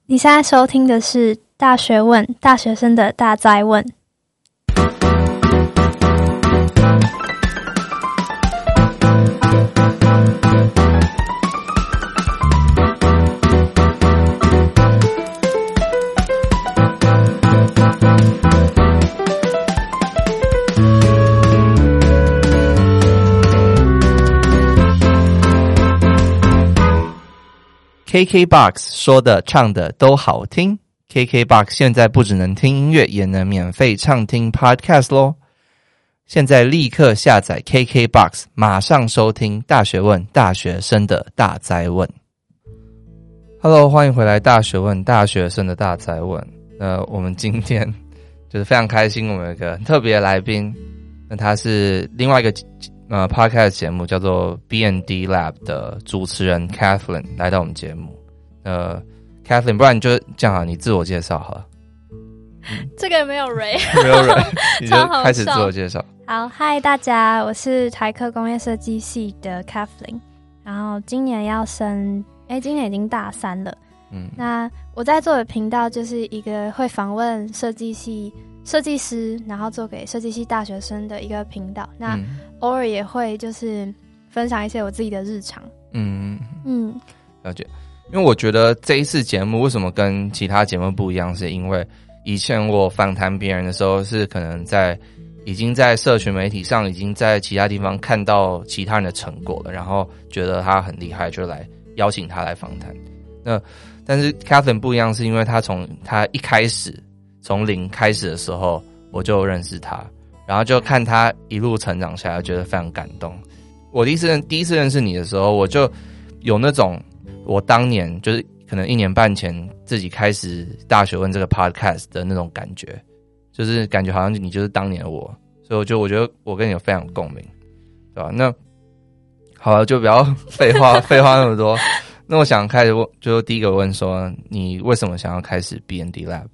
你现在收听的是大学问，大学生的大哉问。 KKBOX 说的唱的都好听 KKBOX 现在不只能听音乐，也能免费畅听 Podcast 咯。现在立刻下载 KKBOX， 马上收听大学问，大学生的大哉问。 Hello， 欢迎回来大学问，大学生的大哉问。我们今天就是非常开心，我们有一个很特别的来宾，那他是另外一个podcast 节目叫做 B&D Lab 的主持人 Kathleen 来到我们节目。Kathleen， 不然你就这样好，你自我介绍好了。 这个没有Ray 没有Ray 你就开始自我介绍。 好，嗨大家，我是台科工业设计系的 Kathleen， 然后今年今年已经大3了。那我在做的频道就是一个会访问设计师，然后做给设计系大学生的一个频道。那偶尔也会就是分享一些我自己的日常。 了解。因为我觉得这一次节目为什么跟其他节目不一样，是因为以前我访谈别人的时候是可能已经在社群媒体上，已经在其他地方看到其他人的成果了，然后觉得他很厉害，就来邀请他来访谈。但是 Kathleen 不一样，是因为他一开始从零开始的时候我就认识他，然后就看他一路成长下来，觉得非常感动。我第一次认识你的时候，我就有那种我当年就是可能1年半前自己开始大学问这个 podcast 的那种感觉，就是感觉好像你就是当年的我，所以我觉得我跟你有非常有共鸣，对吧？那好了，就不要废话那么多。那我想开始就第一个问说，你为什么想要开始 B&D Lab？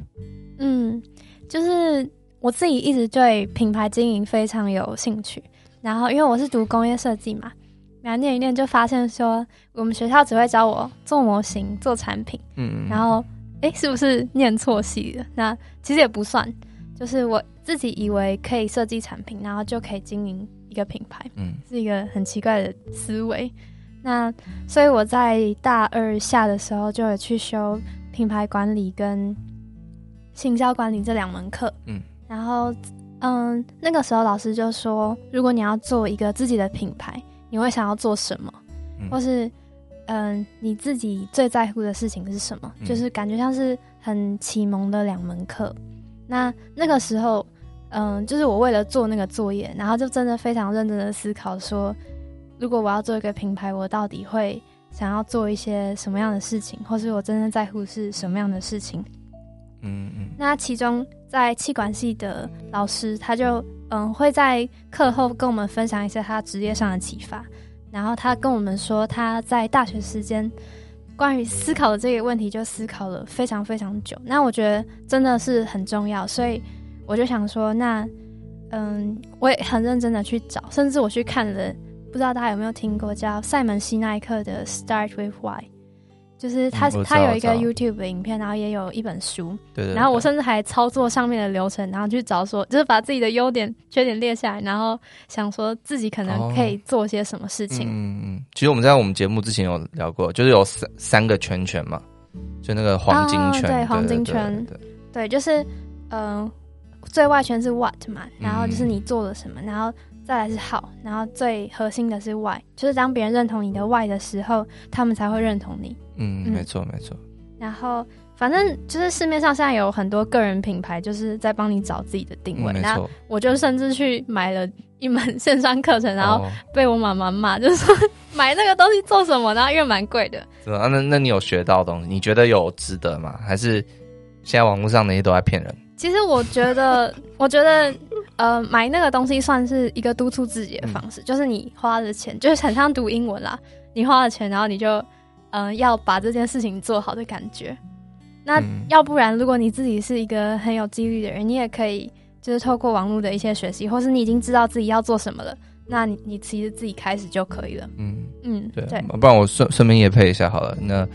就是我自己一直对品牌经营非常有兴趣，然后因为我是读工业设计嘛，然后念一念就发现说我们学校只会教我做模型做产品，然后是不是念错系了？那其实也不算，就是我自己以为可以设计产品，然后就可以经营一个品牌，是一个很奇怪的思维。那所以我在大2下的时候就有去修品牌管理跟行销管理这2门课，然后那个时候老师就说，如果你要做一个自己的品牌，你会想要做什么，或是你自己最在乎的事情是什么，就是感觉像是很启蒙的2门课。那个时候就是我为了做那个作业，然后就真的非常认真的思考说，如果我要做一个品牌，我到底会想要做一些什么样的事情，或是我真正在乎是什么样的事情。那其中在企管系的老师，他就会在课后跟我们分享一些他职业上的启发，然后他跟我们说他在大学时间关于思考的这个问题就思考了非常非常久，那我觉得真的是很重要，所以我就想说那我也很认真的去找，甚至我去看了，不知道大家有没有听过叫塞门西奈克的 Start with Why， 就是他有一个 YouTube 的影片，然后也有一本书，对，然后我甚至还操作上面的流程，然后去找说就是把自己的优点缺点列下来，然后想说自己可能可以做些什么事情。 其实我们在我们节目之前有聊过，就是有三个圈嘛，就那个黄金圈， 对，黄金圈，对，就是最外圈是 what 嘛，然后就是你做了什么，然后再来是 how， 然后最核心的是 why， 就是当别人认同你的 why 的时候，他们才会认同你。 没错。 然后反正就是市面上现在有很多个人品牌，就是在帮你找自己的定位。那我就甚至去买了一门线上课程，然后被我妈妈骂，就是说买那个东西做什么？然后因为蛮贵的。 那你有学到东西？你觉得有值得吗？还是现在网络上那些都在骗人？ 其实我觉得买那个东西算是一个督促自己的方式，就是你花了钱，就是很像读英文啦，你花了钱，然后你就要把这件事情做好的感觉。那要不然如果你自己是一个很有纪律的人，你也可以就是透过网络的一些学习，或是你已经知道自己要做什么了，那你其实自己开始就可以了。对， 不然我顺便业配一下好了。那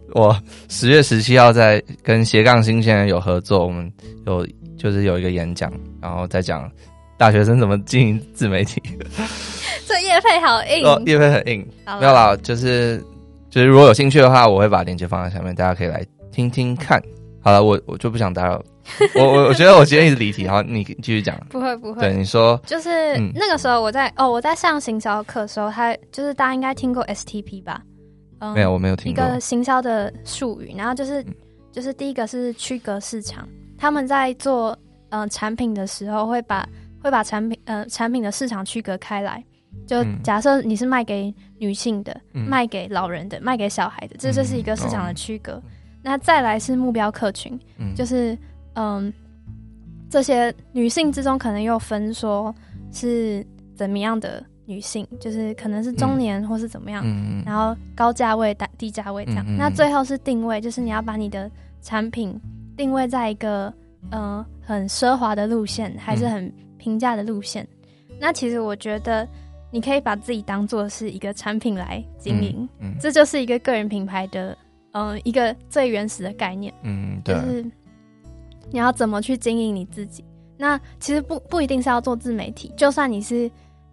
我10月17号在跟斜杠新鲜人有合作，我们有一个演讲，然后再讲大学生怎么经营自媒体。 这业配好硬业配很硬。没有啦，就是如果有兴趣的话，我会把链接放在下面，大家可以来听听看。好了，我就不想打扰。我觉得我今天一直离题，好，你继续讲。 不会， 对，你说就是那个时候我在上行销课的时候，就是大家应该听过 STP 吧？ 没有，我没有听过。 一个行销的术语，然后就是第一个是区隔市场，他们在做产品的时候会把产品的市场区隔开来。就假设你是卖给女性的，卖给老人的，卖给小孩的，这就是一个市场的区隔。那再来是目标客群，就是这些女性之中可能又分说是怎么样的女性，就是可能是中年或是怎么样，然后高价位、低价位这样。那最后是定位，就是你要把你的产品定位在一个很奢华的路线，还是很平价的路线。那其实我觉得你可以把自己当作是一个产品来经营，这就是一个个人品牌的一个最原始的概念。对，就是你要怎么去经营你自己。那其实不一定是要做自媒体，就算你是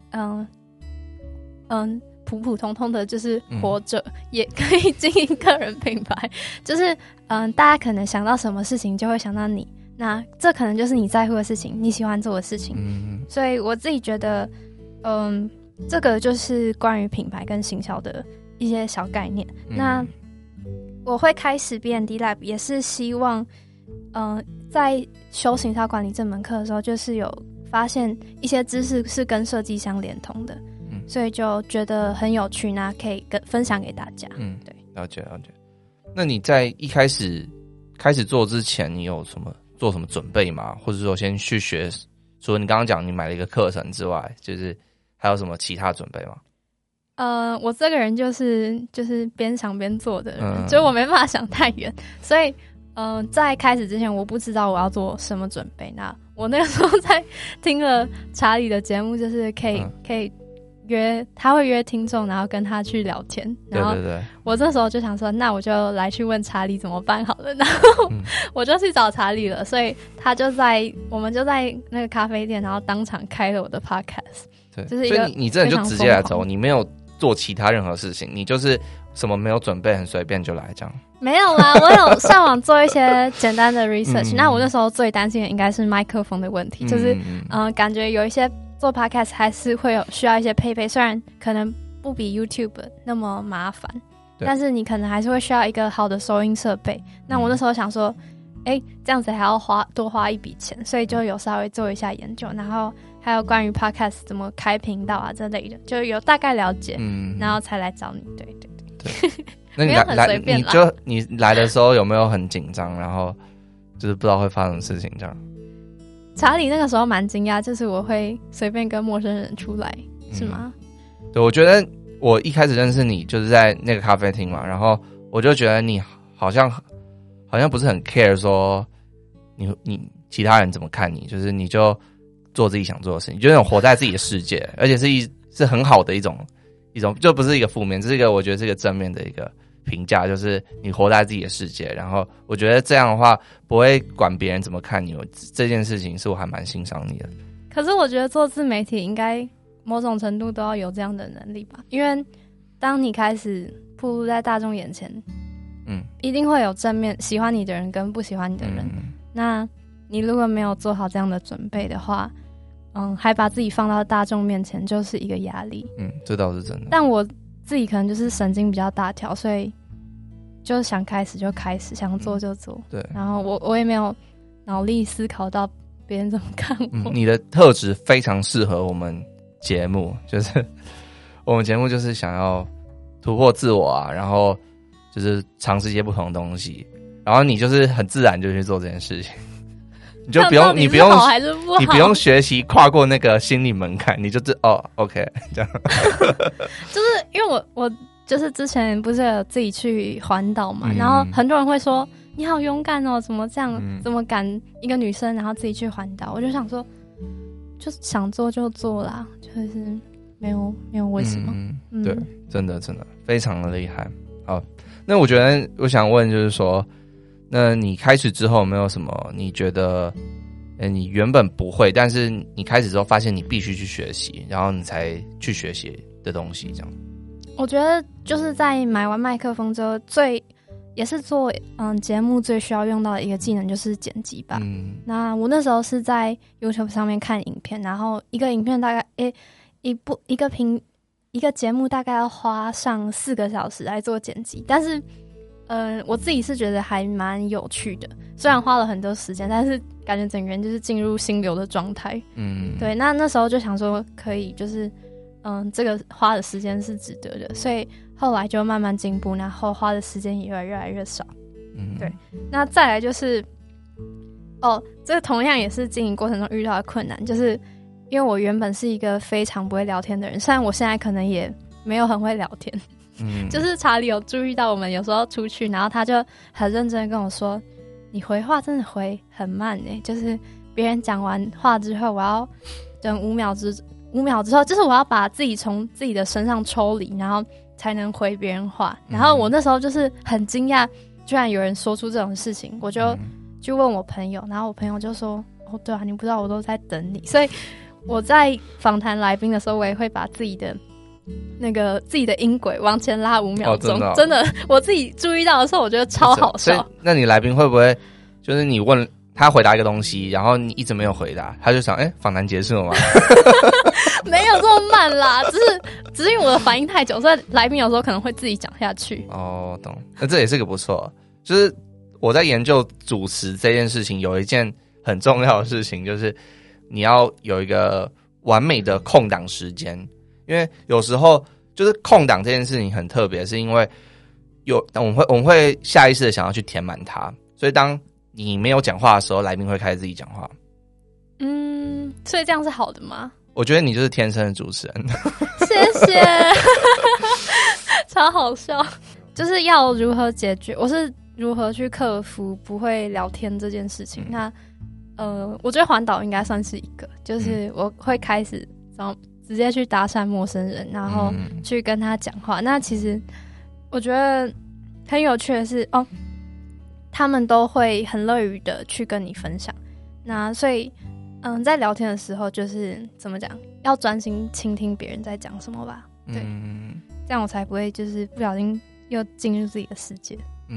普普通通的就是活着，也可以经营个人品牌。就是大家可能想到什么事情就会想到你，那这可能就是你在乎的事情，你喜欢做的事情。所以我自己觉得这个就是关于品牌跟行销的一些小概念。那我会开始 B&D Lab 也是希望在修行销管理这门课的时候，就是有发现一些知识是跟设计相连通的，所以就觉得很有趣，那可以分享给大家。对， 了解。那你在一开始做之前，你有做什么准备吗？或者说先去学，除了你刚刚讲你买了一个课程之外，就是还有什么其他准备吗？ 我这个人就是边想边做的人，就我没办法想太远，所以在开始之前我不知道我要做什么准备。那我那个时候在听了查理的节目，就是可以他会约听众，然后跟他去聊天。然后我这时候就想说，那我就来去问查理怎么办好了。然后我就去找查理了，所以我们就在那个咖啡店，然后当场开了我的 podcast。对，就是一个，所以你真的就直接来走，你没有做其他任何事情，你就是什么没有准备，很随便就来这样。没有啦，我有上网做一些简单的 research。那我那时候最担心的应该是麦克风的问题，就是感觉有一些做 podcast 还是会需要一些配备，虽然可能不比 YouTube 那么麻烦，但是你可能还是会需要一个好的收音设备。那我那时候想说，这样子还要多花一笔钱，所以就有稍微做一下研究，然后还有关于 podcast 怎么开频道啊这类的，就有大概了解，然后才来找你。对。 那你来的时候有没有很紧张？然后就是不知道会发生什么事情这样？ 查理那个时候蛮惊讶，就是我会随便跟陌生人出来，是吗？ 对，我觉得我一开始认识你就是在那个咖啡厅嘛，然后我就觉得你好像不是很 care 说你其他人怎么看你，就是你就做自己想做的事情，就那种活在自己的世界，而且是很好的一种，就不是一个负面，这是一个我觉得是一个正面的一个评价，就是你活在自己的世界。然后我觉得这样的话不会管别人怎么看你，这件事情是我还蛮欣赏你的。 可是我觉得做自媒体应该某种程度都要有这样的能力吧，因为当你开始暴露在大众眼前，一定会有正面喜欢你的人跟不喜欢你的人。那你如果没有做好这样的准备的话，还把自己放到大众面前，就是一个压力。 这倒是真的。 但我自己可能就是神经比较大条，所以就想开始就开始，想做就做。对。然后我也没有脑力思考到别人怎么看我。 你的特质非常适合我们节目，就是我们节目就是想要突破自我啊，然后就是尝试一些不同的东西，然后你就是很自然就去做这件事情。你就不用，你不用学习跨过那个心理门槛，你就OK 这样。 就是因为我就是之前不是有自己去环岛嘛，然后很多人会说你好勇敢哦，怎么这样，怎么敢一个女生然后自己去环岛？我就想说，就是想做就做啦，就是没有为什么。 对，真的非常的厉害。好， 那我觉得我想问就是说，那你开始之后有没有什么你觉得你原本不会，但是你开始之后发现你必须去学习，然后你才去学习的东西这样？ 我觉得就是在买完麦克风之后，也是做节目最需要用到的一个技能就是剪辑吧。那我那时候是在 YouTube 上面看影片，然后一个影片大概一个节目大概要花上4个小时来做剪辑，但是我自己是觉得还蛮有趣的，虽然花了很多时间，但是感觉整个人就是进入心流的状态。对，那时候就想说可以就是这个花的时间是值得的，所以后来就慢慢进步，然后花的时间也越来越少。对，那再来就是这个同样也是经营过程中遇到的困难，就是因为我原本是一个非常不会聊天的人，虽然我现在可能也没有很会聊天。就是查理有注意到我们有时候出去，然后他就很认真的跟我说，你回话真的回很慢欸，就是别人讲完话之后，我要等5秒之后，就是我要把自己从自己的身上抽离，然后才能回别人话。然后我那时候就是很惊讶，居然有人说出这种事情，我就去问我朋友，然后我朋友就说，对啊，你不知道我都在等你。所以我在访谈来宾的时候，我也会把自己的音轨往前拉5秒钟。真的我自己注意到的时候，我觉得超好笑。 那你来宾会不会就是你问他回答一个东西，然后你一直没有回答，他就想访谈结束了吗？ 没有这么慢啦，只是因为我的反应太久，所以来宾有时候可能会自己讲下去。 懂。那这也是个不错，就是我在研究主持这件事情，有一件很重要的事情，就是你要有一个完美的空档时间。因为有时候就是空档这件事情很特别，是因为我们会下意识的想要去填满它，所以当你没有讲话的时候，来宾会开始自己讲话。 所以这样是好的吗？ 我觉得你就是天生的主持人。 谢谢。超好笑。就是要如何解决，我是如何去克服不会聊天这件事情。那我觉得环岛应该算是一个，就是我会开始直接去搭讪陌生人，然后去跟他讲话。那其实我觉得很有趣的是他们都会很乐于的去跟你分享。那所以在聊天的时候，就是怎么讲，要专心倾听别人在讲什么吧。对，这样我才不会就是不小心又进入自己的世界。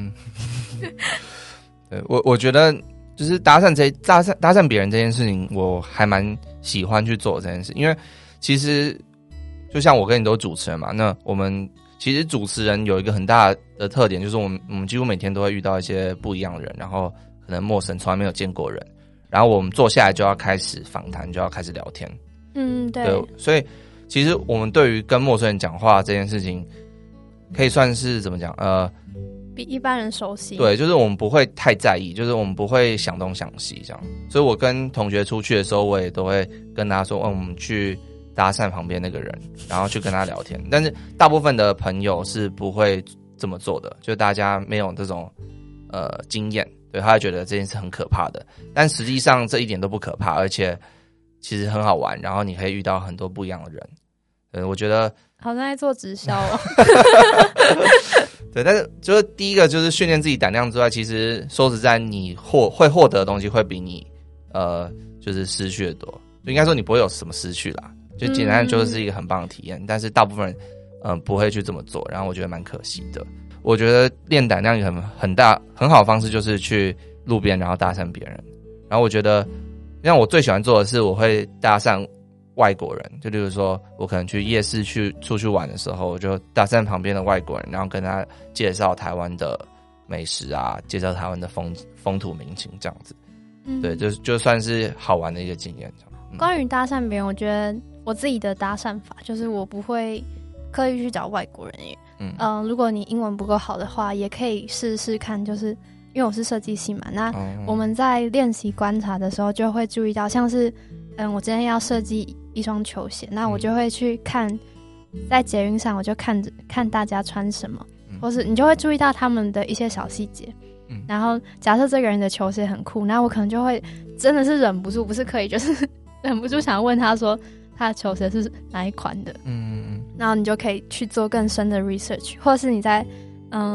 对，我觉得就是搭讪别人这件事情，我还蛮喜欢去做这件事，因为其实就像我跟你都主持人嘛，那我们其实主持人有一个很大的特点，就是我们几乎每天都会遇到一些不一样的人，然后可能陌生从来没有见过人，然后我们坐下来就要开始访谈，就要开始聊天。对，所以其实我们对于跟陌生人讲话这件事情，可以算是怎么讲？ 比一般人熟悉。 对，就是我们不会太在意，就是我们不会想东想西这样。所以我跟同学出去的时候，我也都会跟他说，我们去搭讪旁边那个人，然后去跟他聊天。但是大部分的朋友是不会这么做的，就大家没有这种经验，对，他会觉得这件事很可怕的。但实际上这一点都不可怕，而且其实很好玩，然后你可以遇到很多不一样的人。我觉得好像在做直销哦。 对，但是就是第一个就是训练自己胆量之外，其实说实在，你会获得的东西会比你就是失去的多。就应该说你不会有什么失去啦，就简单就是一个很棒的体验。但是大部分人不会去这么做，然后我觉得蛮可惜的。我觉得练胆量一个很好的方式就是去路边然后搭讪别人。然后我觉得像我最喜欢做的是我会搭讪外国人，就例如说我可能去夜市出去玩的时候，我就搭讪旁边的外国人，然后跟他介绍台湾的美食啊，介绍台湾的风土民情这样子。对，就算是好玩的一个经验。 关于搭讪别人，我觉得我自己的搭讪法就是我不会刻意去找外国人耶。如果你英文不够好的话，也可以试试看，就是因为我是设计系嘛，那我们在练习观察的时候就会注意到，像是我今天要设计一双球鞋，那我就会去看在捷运上，我就看大家穿什么，或是你就会注意到他们的一些小细节。然后假设这个人的球鞋很酷，那我可能就会真的是忍不住，不是可以，就是忍不住想要问他说他的球鞋是哪一款的。然后你就可以去做更深的 research， 或是你在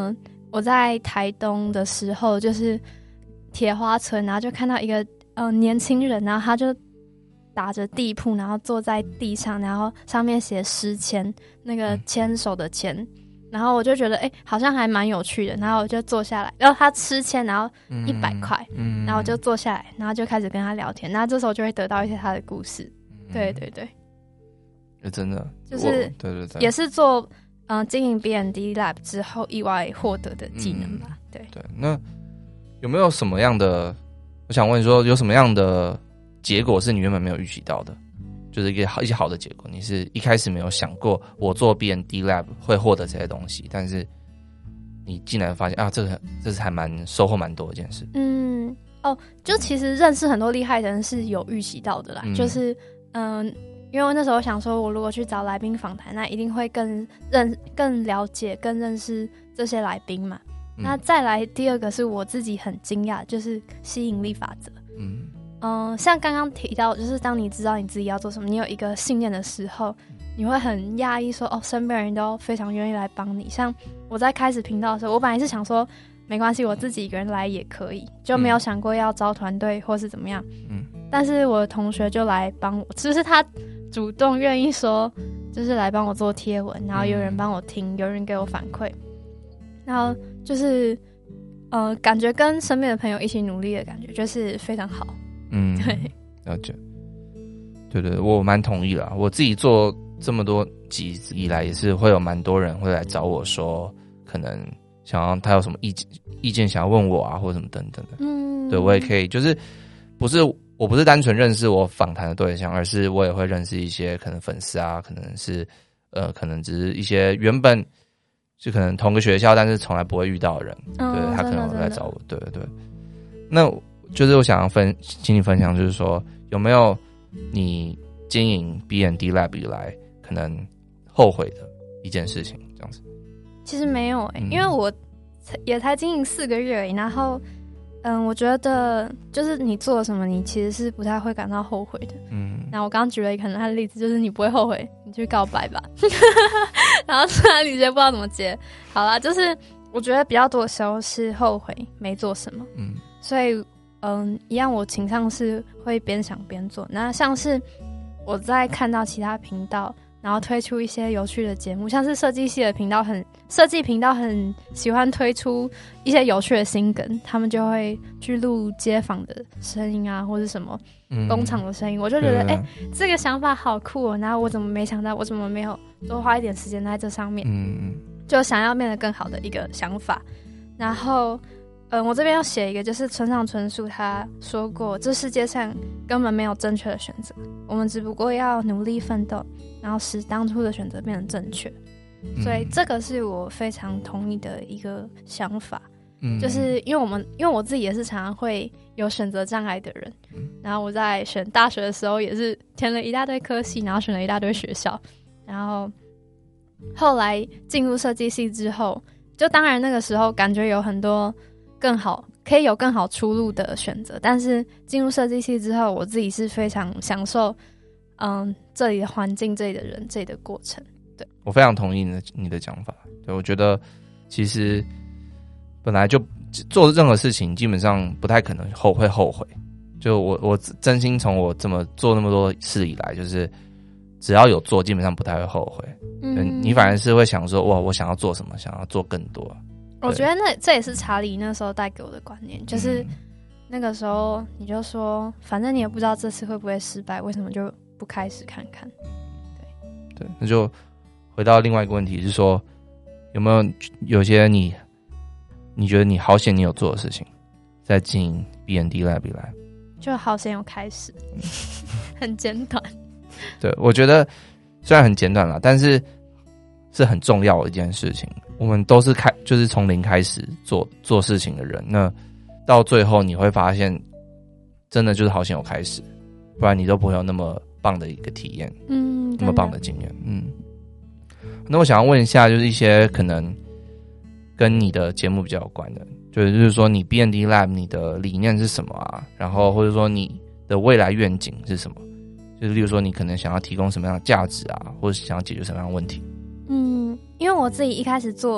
我在台东的时候，就是铁花村，然后就看到一个年轻人，然后他就打着地铺，然后坐在地上，然后上面写诗签，那个牵手的牵，然后我就觉得好像还蛮有趣的，然后我就坐下来，然后他吃签，然后100块，然后我就坐下来，然后就开始跟他聊天，然后这时候就会得到一些他的故事。对对对， 真的就是对对对， 也是做经营 B&D Lab 之后意外获得的技能吧。对对， 那有没有什么样的？我想问说，有什么样的结果是你原本没有预期到的？就是一些好的结果，你是一开始没有想过，我做 B&D Lab 会获得这些东西，但是你竟然发现啊，这是还蛮收获蛮多的一件事。 就其实认识很多厉害的人是有预期到的啦，就是因为那时候想说，我如果去找来宾访谈，那一定会更了解、更认识这些来宾嘛。那再来第二个是我自己很惊讶，就是吸引力法则。像刚刚提到，就是当你知道你自己要做什么，你有一个信念的时候，你会很讶异说，身边人都非常愿意来帮你。像我在开始频道的时候，我本来是想说没关系，我自己一个人来也可以，就没有想过要招团队或是怎么样。但是我的同学就来帮我，就是他主动愿意说，就是来帮我做贴文，然后有人帮我听，有人给我反馈，然后就是感觉跟身边的朋友一起努力的感觉，就是非常好。对， 了解。对对，我蛮同意啦。我自己做这么多集以来，也是会有蛮多人会来找我说，可能想要他有什么意见想要问我啊，或者什么等等的。对，我也可以，就是我不是单纯认识我访谈的对象，而是我也会认识一些可能粉丝啊，可能是可能只是一些原本就可能同个学校，但是从来不会遇到的人，对，他可能会来找我。对对对，那就是我想要请你分享，就是说有没有你经营 B&D Lab 以来可能后悔的一件事情，这样子？ 其实没有因为我也才经营4个月而已，然后我觉得就是你做什么，你其实是不太会感到后悔的。那我刚刚举了一个很烂的例子，就是你不会后悔，你去告白吧。然后突然你直接不知道怎么接。好啦，就是我觉得比较多的时候是后悔没做什么。所以一样我倾向是会边想边做。那像是我在看到其他频道然后推出一些有趣的节目，像是设计系的频道设计频道很喜欢推出一些有趣的新梗，他们就会去录街坊的声音啊，或是什么工厂的声音，我就觉得这个想法好酷哦，然后我怎么没想到，我怎么没有多花一点时间在这上面，就想要变得更好的一个想法。然后我这边要写一个，就是村上春树他说过，这世界上根本没有正确的选择，我们只不过要努力奋斗，然后使当初的选择变得正确。所以这个是我非常同意的一个想法。就是因为我自己也是常常会有选择障碍的人，然后我在选大学的时候也是填了一大堆科系，然后选了一大堆学校，然后后来进入设计系之后，就当然那个时候感觉有很多可以有更好出路的选择，但是进入设计系之后，我自己是非常享受这里的环境，这里的人，这里的过程。对， 我非常同意你的讲法。对，我觉得其实本来就做任何事情基本上不太可能会后悔。就我真心从我这么做那么多事以来，就是只要有做基本上不太会后悔。你反而是会想说，哇，我想要做什么，想要做更多。 我觉得这也是查理那时候带给我的观念，就是那个时候你就说，反正你也不知道这次会不会失败，为什么就不开始看看？ 对，那就回到另外一个问题是说，有些你觉得你好险你有做的事情，在经营 B&D Lab 以来， 就好险有开始，很简短。 对，我觉得虽然很简短啦，但是是很重要的一件事情。我们都是就是从零开始做事情的人，那到最后你会发现，真的就是好险有开始，不然你都不会有那么棒的一个体验，那么棒的经验。那我想要问一下，就是一些可能跟你的节目比较有关的，就是说你 B&D Lab 你的理念是什么啊？然后或者说你的未来愿景是什么？就是例如说你可能想要提供什么样的价值啊，或者想要解决什么样的问题？ 因为我自己一开始做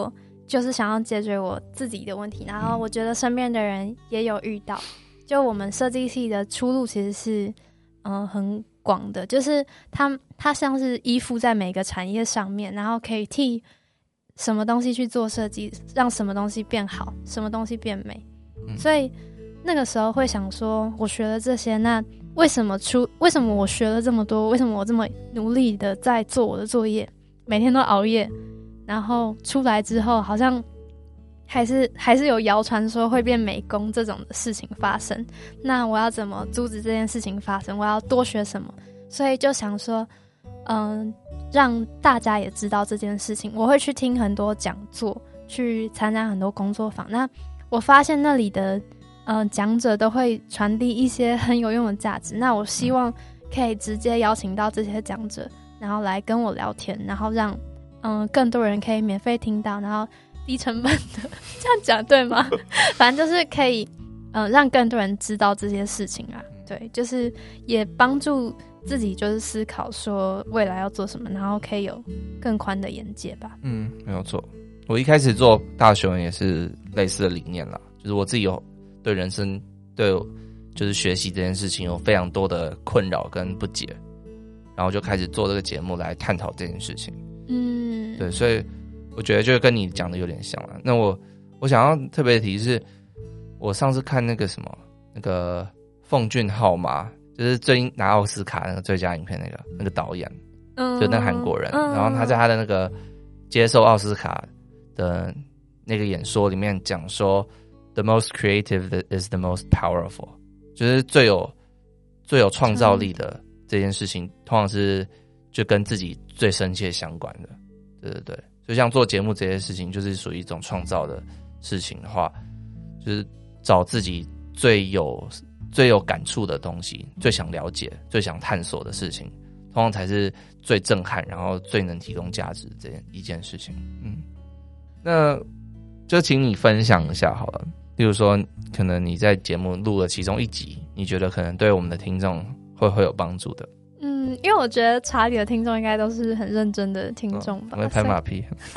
就是想要解决我自己的问题，然后我觉得身边的人也有遇到，就我们设计系的出路其实是很广的，就是它像是依附在每个产业上面，然后可以替什么东西去做设计，让什么东西变好，什么东西变美。所以那个时候会想说，我学了这些，那为什么我学了这么多，为什么我这么努力的在做我的作业，每天都熬夜，然后出来之后好像还是有谣传说会变美工这种的事情发生，那我要怎么阻止这件事情发生？我要多学什么？所以就想说让大家也知道这件事情。我会去听很多讲座，去参加很多工作坊，那我发现那里的讲者都会传递一些很有用的价值，那我希望可以直接邀请到这些讲者，然后来跟我聊天，然后让更多人可以免费听到，然后低成本的这样讲对吗？反正就是可以让更多人知道这些事情啊。对，就是也帮助自己就是思考说未来要做什么，然后可以有更宽的眼界吧。 没有错。我一开始做大学也是类似的理念啦，就是我自己有对人生对就是学习这件事情有非常多的困扰跟不解，然后就开始做这个节目来探讨这件事情。对，所以我觉得就跟你讲的有点像了。那我想要特别提是，我上次看那个什么那个奉俊昊嘛，就是最近拿奥斯卡那个最佳影片那个导演，就那韩国人，然后他在他的那个接受奥斯卡的那个演说里面讲说 ，the most creative is the most powerful， 就是最有创造力的这件事情，通常是就跟自己最深切相关的。对，就像做节目这些事情，就是属于一种创造的事情的话，就是找自己最有感触的东西，最想了解、最想探索的事情，通常才是最震撼，然后最能提供价值这一件事情。那就请你分享一下好了，例如说，可能你在节目录了其中一集，你觉得可能对我们的听众会有帮助的。 因为我觉得查理的听众应该都是很认真的听众吧， 我会拍马屁。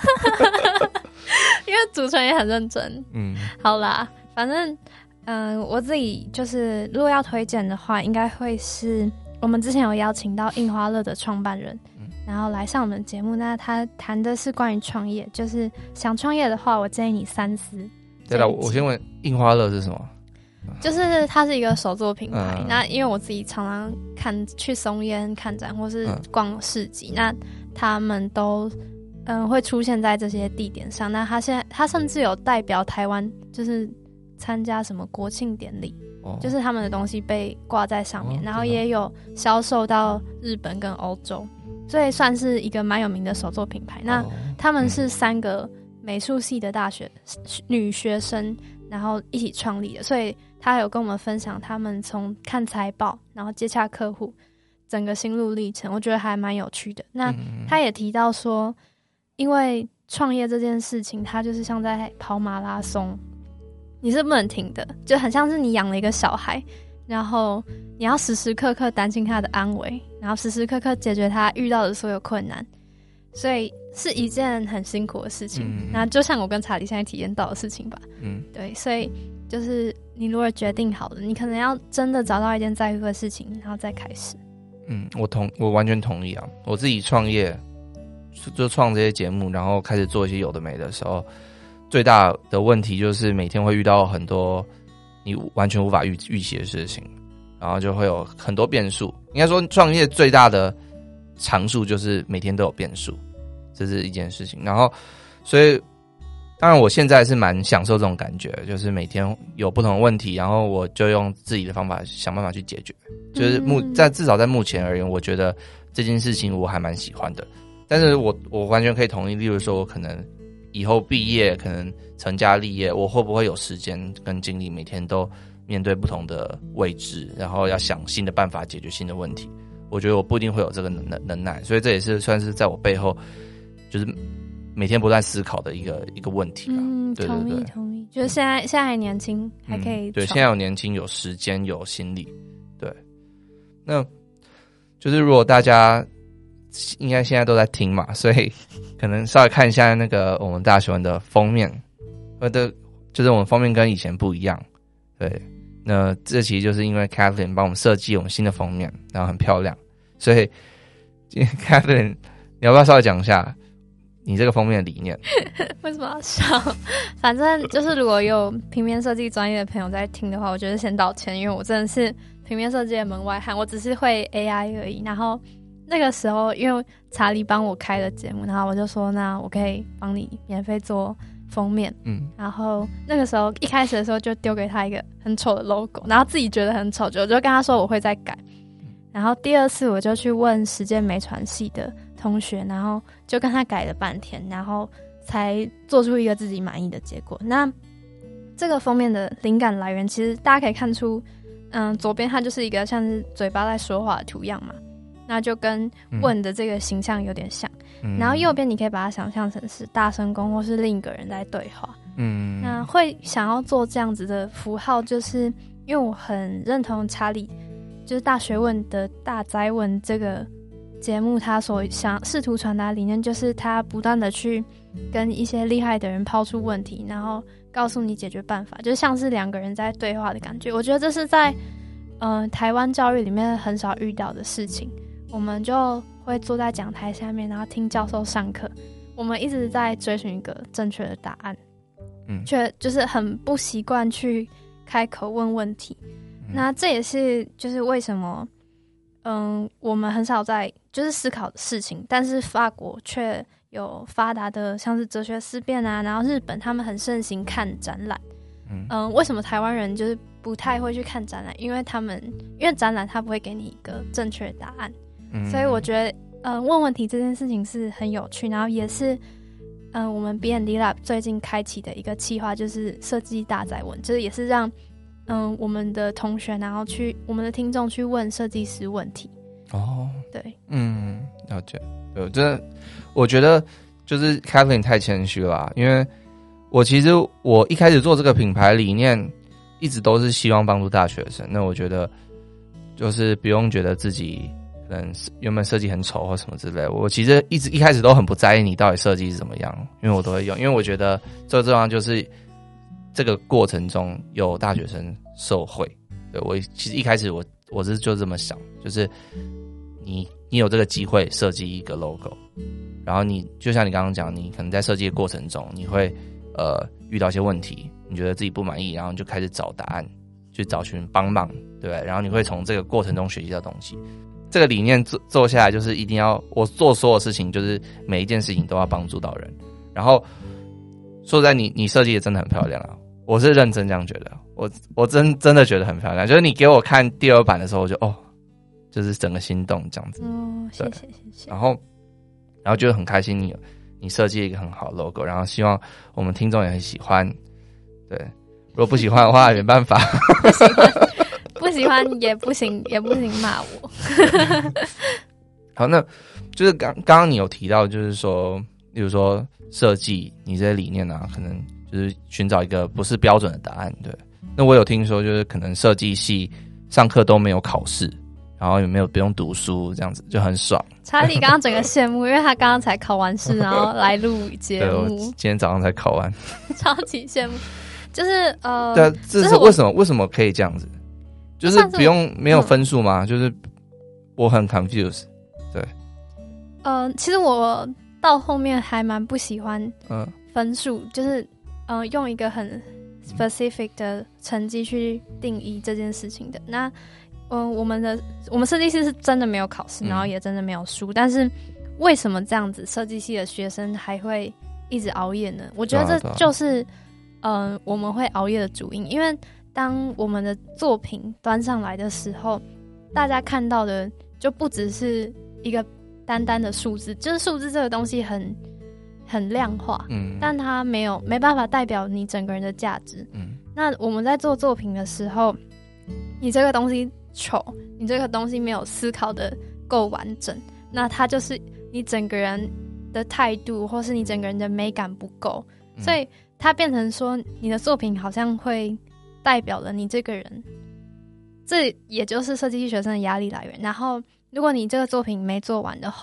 因为主持人也很认真。好啦，反正我自己就是如果要推荐的话，应该会是我们之前有邀请到印花乐的创办人，然后来上我们的节目。那他谈的是关于创业，就是想创业的话，我建议你三思。 对了，我先问印花乐是什么？ 就是它是一个手作品牌。那因为我自己常常去松烟看展或是逛市集，那他们都会出现在这些地点上。那他甚至有代表台湾，就是参加什么国庆典礼，就是他们的东西被挂在上面，然后也有销售到日本跟欧洲，所以算是一个蛮有名的手作品牌。那他们是3个美术系的大学女学生，然后一起创立的，所以他有跟我们分享他们从看财报，然后接洽客户，整个心路历程，我觉得还蛮有趣的。那他也提到说，因为创业这件事情，它就是像在跑马拉松，你是不能停的，就很像是你养了一个小孩，然后你要时时刻刻担心他的安危，然后时时刻刻解决他遇到的所有困难，所以是一件很辛苦的事情。那就像我跟查理现在体验到的事情吧。对，所以就是你如果决定好了，你可能要真的找到一件在乎的事情，然后再开始。 我完全同意啊！我自己创业就创这些节目，然后开始做一些有的没的时候，最大的问题就是每天会遇到很多你完全无法预期的事情，然后就会有很多变数。应该说，创业最大的长处就是每天都有变数，这是一件事情。然后，所以当然我现在是蛮享受这种感觉，就是每天有不同的问题，然后我就用自己的方法想办法去解决。就是至少在目前而言，我觉得这件事情我还蛮喜欢的。但是我完全可以同意，例如说我可能以后毕业，可能成家立业，我会不会有时间跟精力每天都面对不同的未知，然后要想新的办法解决新的问题？我觉得我不一定会有这个能耐，所以这也是算是在我背后就是每天不断思考的一个问题啦。对， 同意。就是现在还年轻，还可以。 对，现在有年轻，有时间，有心力。对，那就是如果大家应该现在都在听嘛，所以可能稍微看一下那个我们大学问的封面，就是我们封面跟以前不一样，对。那这其实就是因为 Kathleen 帮我们设计我们新的封面，然后很漂亮，所以今天 Kathleen 你要不要稍微讲一下你这个封面的理念？ 为什么要笑？反正就是如果有平面设计专业的朋友在听的话，我觉得先道歉，因为我真的是平面设计的门外汉，我只是会 AI 而已。然后那个时候因为查理帮我开了节目，然后我就说那我可以帮你免费做封面，然后那个时候一开始的时候就丢给他一个很丑的 logo， 然后自己觉得很丑，我就跟他说我会再改。然后第二次我就去问实践媒传系的同学，然后就跟他改了半天，然后才做出一个自己满意的结果。那这个封面的灵感来源，其实大家可以看出，左边它就是一个像是嘴巴在说话的图样嘛，那就跟问的这个形象有点像。然后右边你可以把它想象成是大声公或是另一个人在对话。那会想要做这样子的符号，就是因为我很认同查理就是大学问的大哉问这个节目，他所想试图传达的理念就是他不断的去跟一些厉害的人抛出问题，然后告诉你解决办法，就像是两个人在对话的感觉。我觉得这是在台湾教育里面很少遇到的事情。我们就会坐在讲台下面，然后听教授上课，我们一直在追寻一个正确的答案，却就是很不习惯去开口问问题。那这也是就是为什么我们很少在就是思考的事情，但是法国却有发达的像是哲学思辨啊，然后日本他们很盛行看展览。为什么台湾人就是不太会去看展览？因为展览它不会给你一个正确的答案。所以我觉得问问题这件事情是很有趣，然后也是我们 B&D Lab 最近开启的一个企划，就是设计大哉问，就是也是让我们的同学然后我们的听众去问设计师问题。对， 了解。对，真的我觉得就是 Kathleen 太谦虚了，因为其实我一开始做这个品牌理念一直都是希望帮助大学生。那我觉得就是不用觉得自己可能原本设计很丑或什么之类的，我其实一开始都很不在意你到底设计是怎么样，因为我都会用，因为我觉得最重要就是这个过程中有大学生受惠。对，我其实一开始我就这么想，就是你有这个机会设计一个 logo， 然后你就像你刚刚讲，你可能在设计的过程中你会遇到一些问题，你觉得自己不满意，然后你就开始找答案，去找寻帮忙，对不对？然后你会从这个过程中学习到东西。这个理念做下来就是一定要我做所有事情，就是每一件事情都要帮助到人。然后说实在，你设计的真的很漂亮啊，我是认真这样觉得，我真的觉得很漂亮。就是你给我看第二版的时候，我就就是整个心动这样子。 谢谢。 然后就很开心你设计一个很好的 logo， 然后希望我们听众也很喜欢。对，如果不喜欢的话，没办法。 不喜欢也不行骂我。 好，那就是刚刚你有提到，就是说，例如说设计你这些理念啊，可能就是寻找一个不是标准的答案。对，那我有听说，就是可能设计系上课都没有考试，然后也没有不用读书，这样子就很爽。 查理刚刚整个羡慕，因为他刚刚才考完试，然后来录节目。 对，我今天早上才考完， 超级羡慕。就是对，这是为什么可以这样子？就是没有分数吗？就是我很 confused。对， 其实我到后面还蛮不喜欢分数，就是用一个很 specific 的成绩去定义这件事情的。那我们设计师是真的没有考试，然后也真的没有输，但是为什么这样子设计系的学生还会一直熬夜呢？我觉得这就是我们会熬夜的主因，因为当我们的作品端上来的时候，大家看到的就不只是一个单单的数字，就是数字这个东西很量化，但它没办法代表你整个人的价值。那我们在做作品的时候，你这个东西丑，你这个东西没有思考的够完整，那它就是你整个人的态度或是你整个人的美感不够，所以它变成说你的作品好像会代表了你这个人，这也就是设计系学生的压力来源。然后如果你这个作品没做完的话，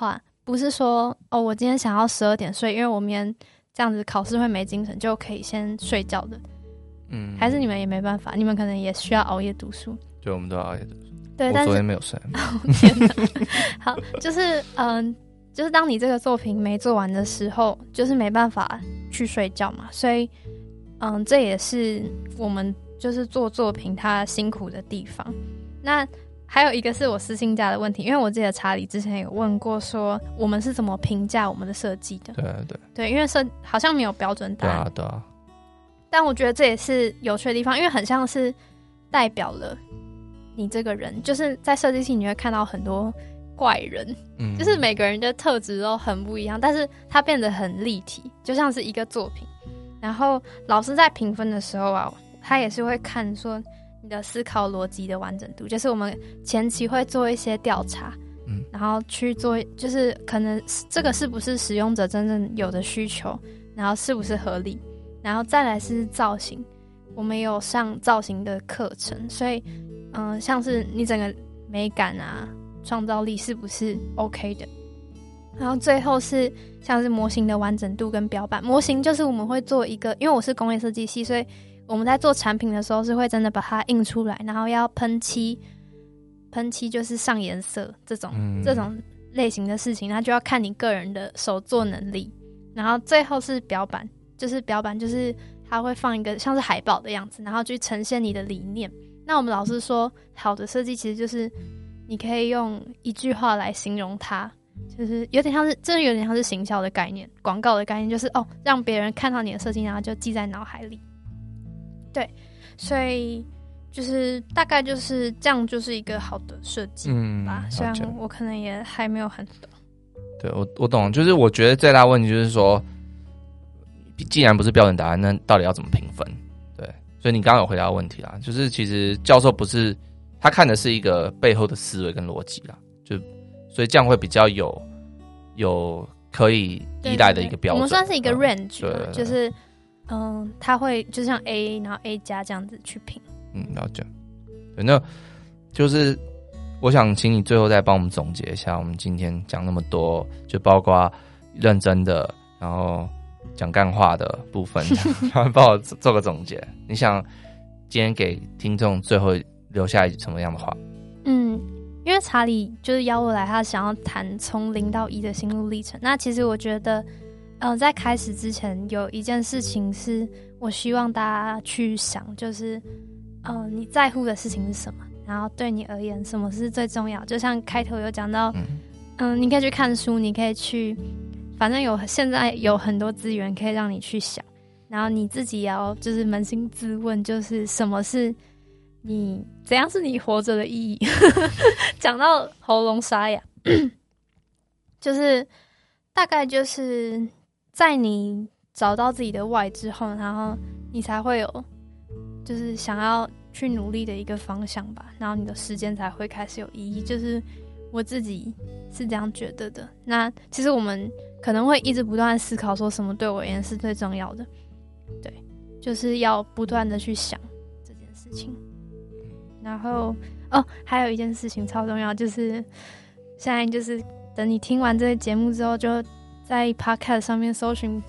不是说我今天想要12点睡，因为我明天这样子考试会没精神，就可以先睡觉的。还是你们也没办法，你们可能也需要熬夜读书。 对，我们都要熬夜读书。 对， 我昨天没有睡。 天哪！好，就是当你这个作品没做完的时候，就是没办法去睡觉嘛，所以这也是我们就是做作品它辛苦的地方。那还有一个是我私信家的问题，因为我记得查理之前有问过说我们是怎么评价我们的设计的。对，因为好像没有标准答案。 对啊。 但我觉得这也是有趣的地方，因为很像是代表了你这个人，就是在设计系你会看到很多怪人，就是每个人的特质都很不一样，但是它变得很立体，就像是一个作品。然后老师在评分的时候啊，他也是会看说你的思考逻辑的完整度，就是我们前期会做一些调查，然后去做，就是可能这个是不是使用者真正有的需求，然后是不是合理，然后再来是造型，我们有上造型的课程，所以像是你整个美感啊、创造力是不是 OK 的，然后最后是像是模型的完整度跟标板。模型就是我们会做一个，因为我是工业设计系，所以我们在做产品的时候是会真的把它印出来，然后要喷漆就是上颜色这种类型的事情，那就要看你个人的手作能力。然后最后是标板，就是它会放一个像是海报的样子，然后去呈现你的理念。那我们老师说好的设计其实就是你可以用一句话来形容它，就是有点像是行销的概念，广告的概念，就是让别人看到你的设计然后就记在脑海里。对，所以就是大概就是这样，就是一个好的设计吧。虽然我可能也还没有很懂。 对，我懂，就是我觉得最大问题就是说，既然不是标准答案，那到底要怎么评分？对，所以你刚刚有回答问题啦，就是其实教授不是他看的是一个背后的思维跟逻辑啦，就所以这样会比较有可以依赖的一个标准。 我们算是一个 range，就是他会就像 A 然后 A 加这样子去评。 了解。对，那就是我想请你最后再帮我们总结一下，我们今天讲那么多，就包括认真的，然后讲干话的部分，然后帮我做个总结。你想今天给听众最后留下什么样的话？ 因为查理就是邀我来，他想要谈从0到1的心路历程。那其实我觉得，在开始之前有一件事情是我希望大家去想，就是你在乎的事情是什么，然后对你而言什么是最重要。就像开头有讲到，你可以去看书，你可以去，反正现在有很多资源可以让你去想，然后你自己也要就是扪心自问，就是什么是怎样是你活着的意义。讲到喉咙沙哑，就是大概就是在你找到自己的 why 之后，然后你才会有就是想要去努力的一个方向吧，然后你的时间才会开始有意义，就是我自己是这样觉得的。那其实我们可能会一直不断思考说什么对我而言是最重要的，对，就是要不断的去想这件事情。然后还有一件事情超重要，就是现在就是等你听完这个节目之后，就在 Podcast 上面搜寻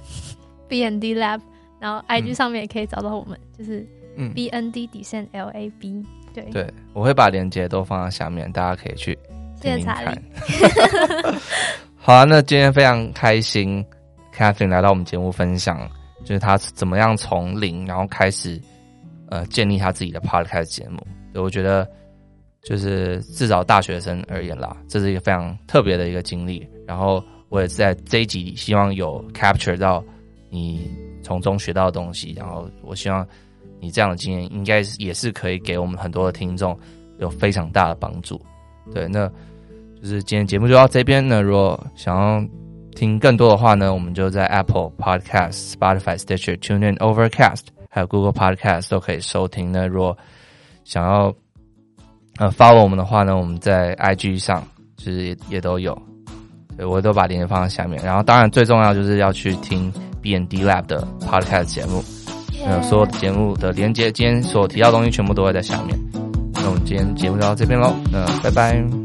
B&D Lab， 然后 IG 上面也可以找到我们，就是BND_LAB。对， 我会把链接都放在下面，大家可以去听听看。好啊，那今天非常开心 Catherine 来到我们节目分享，就是她怎么样从0然后开始建立她自己的 Podcast 节目。对，我觉得就是至少大学生而言啦，这是一个非常特别的一个经历。然后我也是在这一集里希望有 capture 到你从中学到的东西，然后我希望你这样的经验应该也是可以给我们很多的听众有非常大的帮助。对，那就是今天节目就到这边呢。如果想要听更多的话呢，我们就在 Apple Podcast、Spotify、Stitcher、TuneIn、Overcast 还有 Google Podcast 都可以收听呢。如果想要follow 我们的话呢，我们在 IG 上就是也都有，对，我都把链接放在下面。然后当然最重要就是要去听 B&D Lab 的 Podcast 节目，所有节目的连接，今天所提到的东西全部都会在下面。那我们今天节目就到这边咯，拜拜。